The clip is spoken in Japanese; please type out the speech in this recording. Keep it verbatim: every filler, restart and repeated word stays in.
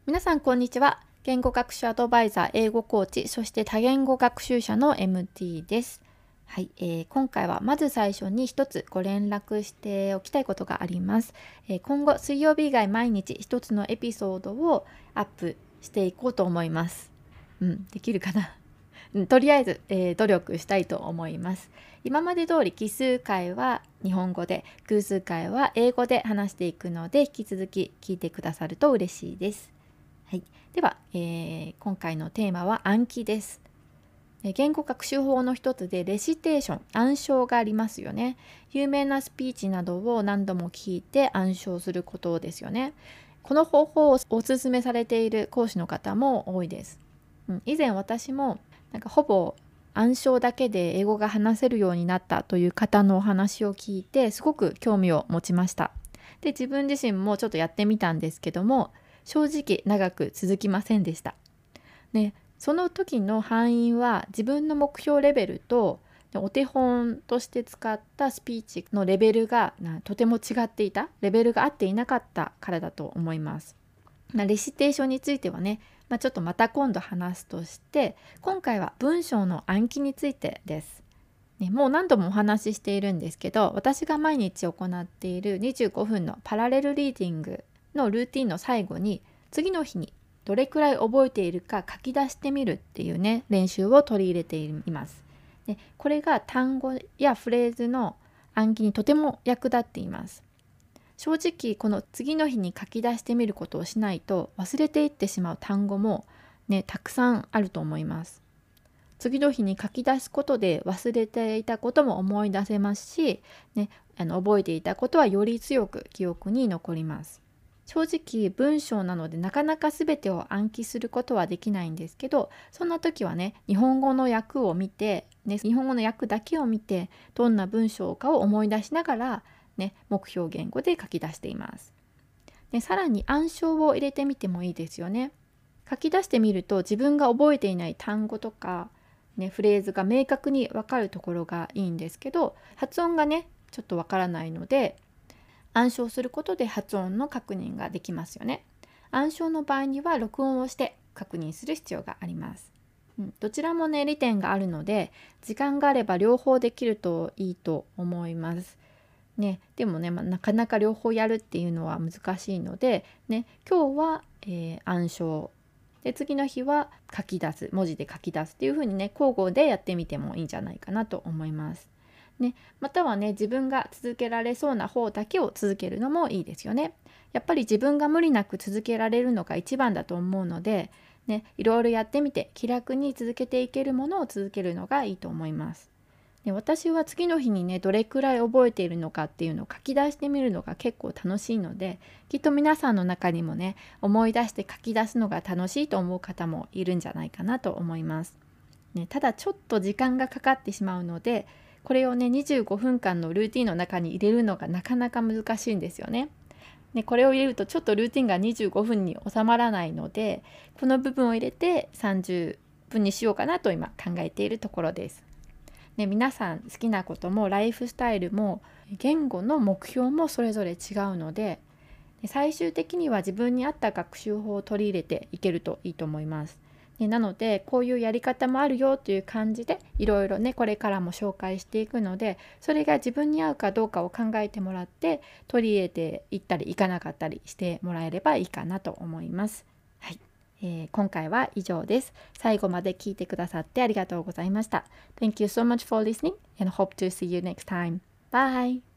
皆さんこんにちは。言語学習アドバイザー、英語コーチ、そして多言語学習者の エムティー です。はい、えー、今回はまず最初に一つご連絡しておきたいことがあります。えー、今後水曜日以外毎日一つのエピソードをアップしていこうと思います。うん、できるかなとりあえず、えー、努力したいと思います。今まで通り奇数回は日本語で、偶数回は英語で話していくので、引き続き聞いてくださると嬉しいです。はい、では、えー、今回のテーマは暗記です。言語学習法の一つでレシテーション、暗唱がありますよね。有名なスピーチなどを何度も聞いて暗唱することですよね。この方法をお勧めされている講師の方も多いです。うん、以前私もなんかほぼ暗唱だけで英語が話せるようになったという方のお話を聞いてすごく興味を持ちました。で、自分自身もちょっとやってみたんですけども、正直長く続きませんでした。ね、その時の敗因は自分の目標レベルとお手本として使ったスピーチのレベルがとても違っていた、レベルが合っていなかったからだと思います。レシテーションについてはね、まあ、ちょっとまた今度話すとして、今回は文章の暗記についてです。ね、もう何度もお話ししているんですけど、私が毎日行っているにじゅうごふんのパラレルリーディングのルーティンの最後に、次の日にどれくらい覚えているか書き出してみるっていうね、練習を取り入れています。で、これが単語やフレーズの暗記にとても役立っています。正直この次の日に書き出してみることをしないと忘れていってしまう単語もね、たくさんあると思います。次の日に書き出すことで忘れていたことも思い出せますし、ね、あの覚えていたことはより強く記憶に残ります。正直文章なのでなかなか全てを暗記することはできないんですけど、そんな時はね、日本語の訳を見て、ね、日本語の訳だけを見てどんな文章かを思い出しながら、ね、目標言語で書き出しています。で、さらに暗唱を入れてみてもいいですよね。書き出してみると自分が覚えていない単語とか、ね、フレーズが明確に分かるところがいいんですけど、発音がねちょっと分からないので、暗唱することで発音の確認ができますよね。暗唱の場合には録音をして確認する必要があります。うん、どちらもね利点があるので、時間があれば両方できるといいと思います。ね、でもね、まあ、なかなか両方やるっていうのは難しいので、ね、今日は、えー暗唱で、次の日は書き出す、文字で書き出すっていう風にね、交互でやってみてもいいんじゃないかなと思います。ね、またはね、自分が続けられそうな方だけを続けるのもいいですよね。やっぱり自分が無理なく続けられるのが一番だと思うので、ね、いろいろやってみて気楽に続けていけるものを続けるのがいいと思います。で、私は次の日にねどれくらい覚えているのかっていうのを書き出してみるのが結構楽しいので、きっと皆さんの中にもね思い出して書き出すのが楽しいと思う方もいるんじゃないかなと思います。ね、ただちょっと時間がかかってしまうので、これをねにじゅうごふんかんのルーティンの中に入れるのがなかなか難しいんですよね。ね、これを入れるとちょっとルーティンがにじゅうごふんに収まらないので、この部分を入れてさんじゅっぷんにしようかなと今考えているところです。ね、皆さん好きなこともライフスタイルも言語の目標もそれぞれ違うので、最終的には自分に合った学習法を取り入れていけるといいと思います。で、なのでこういうやり方もあるよという感じでいろいろねこれからも紹介していくので、それが自分に合うかどうかを考えてもらって取り入れていったりいかなかったりしてもらえればいいかなと思います。はい、えー今回は以上です。最後まで聞いてくださってありがとうございました。Thank you so much for listening and hope to see you next time. Bye!